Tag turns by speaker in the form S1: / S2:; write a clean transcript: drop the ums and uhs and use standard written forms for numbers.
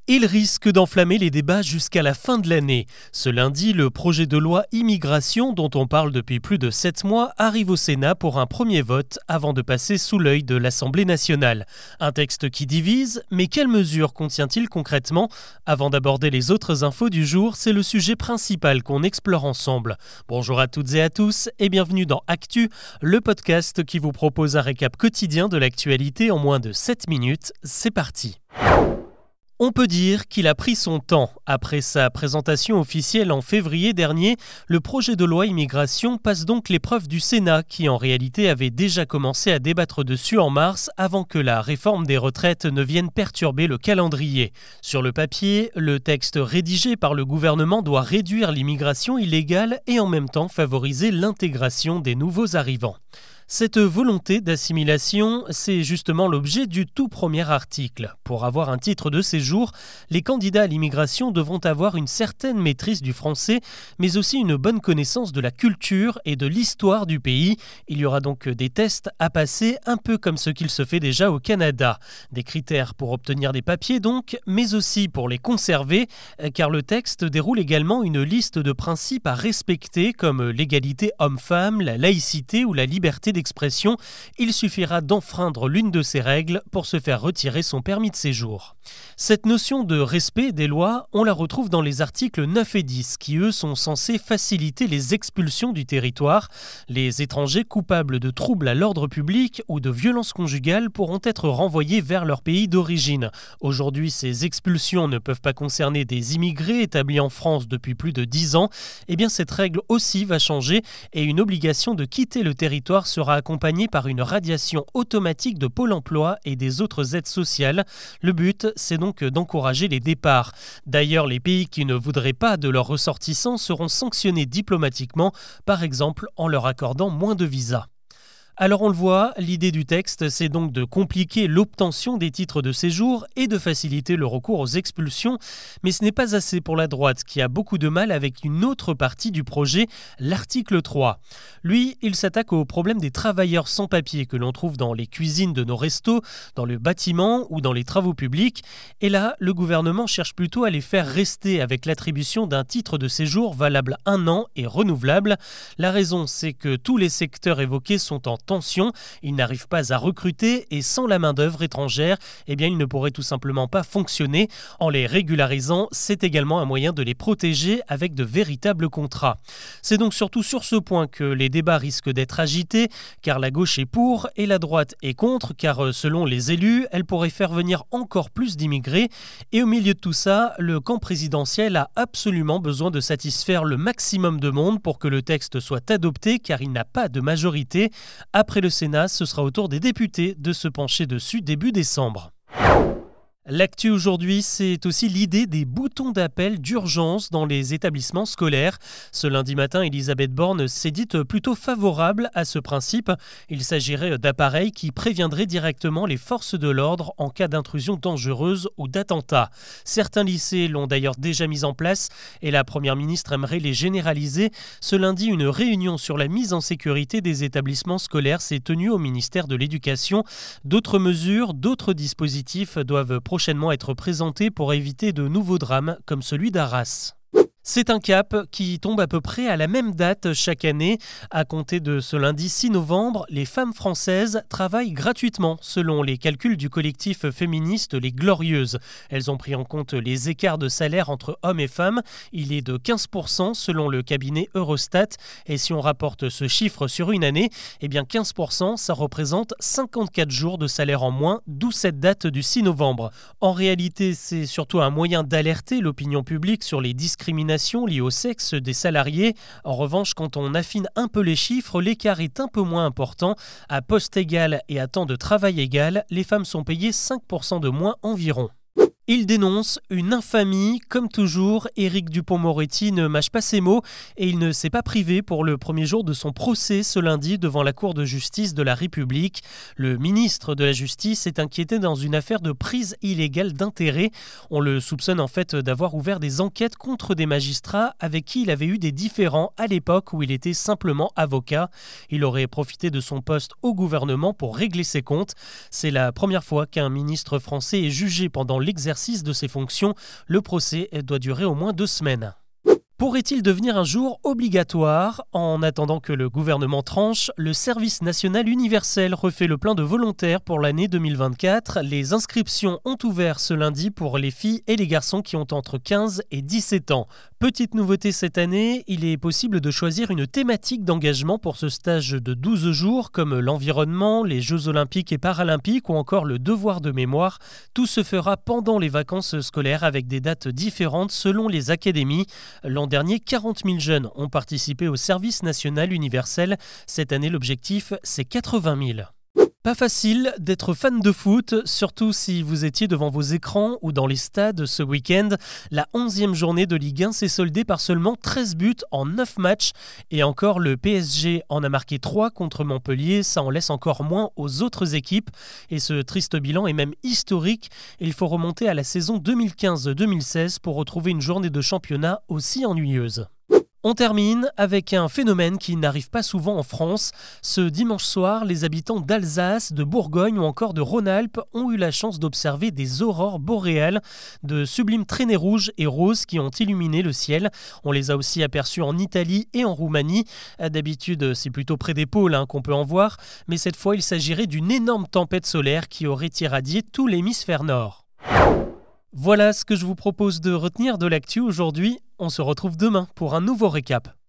S1: Il risque d'enflammer les débats jusqu'à la fin de l'année. Ce lundi, le projet de loi immigration, dont on parle depuis plus de 7 mois, arrive au Sénat pour un premier vote avant de passer sous l'œil de l'Assemblée nationale. Un texte qui divise, mais quelles mesures contient-il concrètement ? Avant d'aborder les autres infos du jour, c'est le sujet principal qu'on explore ensemble. Bonjour à toutes et à tous et bienvenue dans Actu, le podcast qui vous propose un récap quotidien de l'actualité en moins de 7 minutes. C'est parti. On peut dire qu'il a pris son temps. Après sa présentation officielle en février dernier, le projet de loi immigration passe donc l'épreuve du Sénat qui en réalité avait déjà commencé à débattre dessus en mars avant que la réforme des retraites ne vienne perturber le calendrier. Sur le papier, le texte rédigé par le gouvernement doit réduire l'immigration illégale et en même temps favoriser l'intégration des nouveaux arrivants. Cette volonté d'assimilation, c'est justement l'objet du tout premier article. Pour avoir un titre de séjour, les candidats à l'immigration devront avoir une certaine maîtrise du français, mais aussi une bonne connaissance de la culture et de l'histoire du pays. Il y aura donc des tests à passer, un peu comme ce qu'il se fait déjà au Canada. Des critères pour obtenir des papiers donc, mais aussi pour les conserver, car le texte déroule également une liste de principes à respecter, comme l'égalité homme-femme, la laïcité ou la liberté d'expression. Il suffira d'enfreindre l'une de ces règles pour se faire retirer son permis de séjour. Cette notion de respect des lois, on la retrouve dans les articles 9 et 10 qui, eux, sont censés faciliter les expulsions du territoire. Les étrangers coupables de troubles à l'ordre public ou de violences conjugales pourront être renvoyés vers leur pays d'origine. Aujourd'hui, ces expulsions ne peuvent pas concerner des immigrés établis en France depuis plus de 10 ans. Eh bien, cette règle aussi va changer et une obligation de quitter le territoire sera accompagnée par une radiation automatique de Pôle emploi et des autres aides sociales. Le but, c'est donc d'encourager les départs. D'ailleurs, les pays qui ne voudraient pas de leurs ressortissants seront sanctionnés diplomatiquement, par exemple en leur accordant moins de visas. Alors on le voit, l'idée du texte, c'est donc de compliquer l'obtention des titres de séjour et de faciliter le recours aux expulsions. Mais ce n'est pas assez pour la droite, qui a beaucoup de mal avec une autre partie du projet, l'article 3. Lui, il s'attaque au problème des travailleurs sans papier que l'on trouve dans les cuisines de nos restos, dans le bâtiment ou dans les travaux publics. Et là, le gouvernement cherche plutôt à les faire rester avec l'attribution d'un titre de séjour valable 1 an et renouvelable. La raison, c'est que tous les secteurs évoqués sont en tension, ils n'arrivent pas à recruter et sans la main-d'œuvre étrangère, eh bien, ils ne pourraient tout simplement pas fonctionner. En les régularisant, c'est également un moyen de les protéger avec de véritables contrats. C'est donc surtout sur ce point que les débats risquent d'être agités, car la gauche est pour et la droite est contre, car selon les élus, elle pourrait faire venir encore plus d'immigrés. Et au milieu de tout ça, le camp présidentiel a absolument besoin de satisfaire le maximum de monde pour que le texte soit adopté, car il n'a pas de majorité. Après le Sénat, ce sera au tour des députés de se pencher dessus début décembre. L'actu aujourd'hui, c'est aussi l'idée des boutons d'appel d'urgence dans les établissements scolaires. Ce lundi matin, Elisabeth Borne s'est dite plutôt favorable à ce principe. Il s'agirait d'appareils qui préviendraient directement les forces de l'ordre en cas d'intrusion dangereuse ou d'attentat. Certains lycées l'ont d'ailleurs déjà mis en place et la Première ministre aimerait les généraliser. Ce lundi, une réunion sur la mise en sécurité des établissements scolaires s'est tenue au ministère de l'Éducation. D'autres mesures, d'autres dispositifs doivent prochainement être présentés pour éviter de nouveaux drames comme celui d'Arras. C'est un cap qui tombe à peu près à la même date chaque année. À compter de ce lundi 6 novembre, les femmes françaises travaillent gratuitement, selon les calculs du collectif féministe Les Glorieuses. Elles ont pris en compte les écarts de salaire entre hommes et femmes. Il est de 15% selon le cabinet Eurostat. Et si on rapporte ce chiffre sur une année, eh bien 15%, ça représente 54 jours de salaire en moins, d'où cette date du 6 novembre. En réalité, c'est surtout un moyen d'alerter l'opinion publique sur les discriminations liées au sexe des salariés. En revanche, quand on affine un peu les chiffres, l'écart est un peu moins important. À poste égal et à temps de travail égal, les femmes sont payées 5% de moins environ. Il dénonce une infamie. Comme toujours, Éric Dupond-Moretti ne mâche pas ses mots et il ne s'est pas privé pour le premier jour de son procès ce lundi devant la Cour de justice de la République. Le ministre de la Justice est inquiété dans une affaire de prise illégale d'intérêt. On le soupçonne en fait d'avoir ouvert des enquêtes contre des magistrats avec qui il avait eu des différends à l'époque où il était simplement avocat. Il aurait profité de son poste au gouvernement pour régler ses comptes. C'est la première fois qu'un ministre français est jugé pendant l'exercice l'exercice de ses fonctions. Le procès doit durer au moins 2 semaines. Pourrait-il devenir un jour obligatoire ? En attendant que le gouvernement tranche, le service national universel refait le plein de volontaires pour l'année 2024. Les inscriptions ont ouvert ce lundi pour les filles et les garçons qui ont entre 15 et 17 ans. Petite nouveauté cette année, il est possible de choisir une thématique d'engagement pour ce stage de 12 jours comme l'environnement, les Jeux olympiques et paralympiques ou encore le devoir de mémoire. Tout se fera pendant les vacances scolaires avec des dates différentes selon les académies. L'an dernier, 40 000 jeunes ont participé au service national universel. Cette année, l'objectif, c'est 80 000. Pas facile d'être fan de foot, surtout si vous étiez devant vos écrans ou dans les stades ce week-end. La 11e journée de Ligue 1 s'est soldée par seulement 13 buts en 9 matchs. Et encore, le PSG en a marqué 3 contre Montpellier. Ça en laisse encore moins aux autres équipes. Et ce triste bilan est même historique. Il faut remonter à la saison 2015-2016 pour retrouver une journée de championnat aussi ennuyeuse. On termine avec un phénomène qui n'arrive pas souvent en France. Ce dimanche soir, les habitants d'Alsace, de Bourgogne ou encore de Rhône-Alpes ont eu la chance d'observer des aurores boréales, de sublimes traînées rouges et roses qui ont illuminé le ciel. On les a aussi aperçues en Italie et en Roumanie. D'habitude, c'est plutôt près des pôles qu'on peut en voir, mais cette fois, il s'agirait d'une énorme tempête solaire qui aurait irradié tout l'hémisphère nord. Voilà ce que je vous propose de retenir de l'actu aujourd'hui. On se retrouve demain pour un nouveau récap.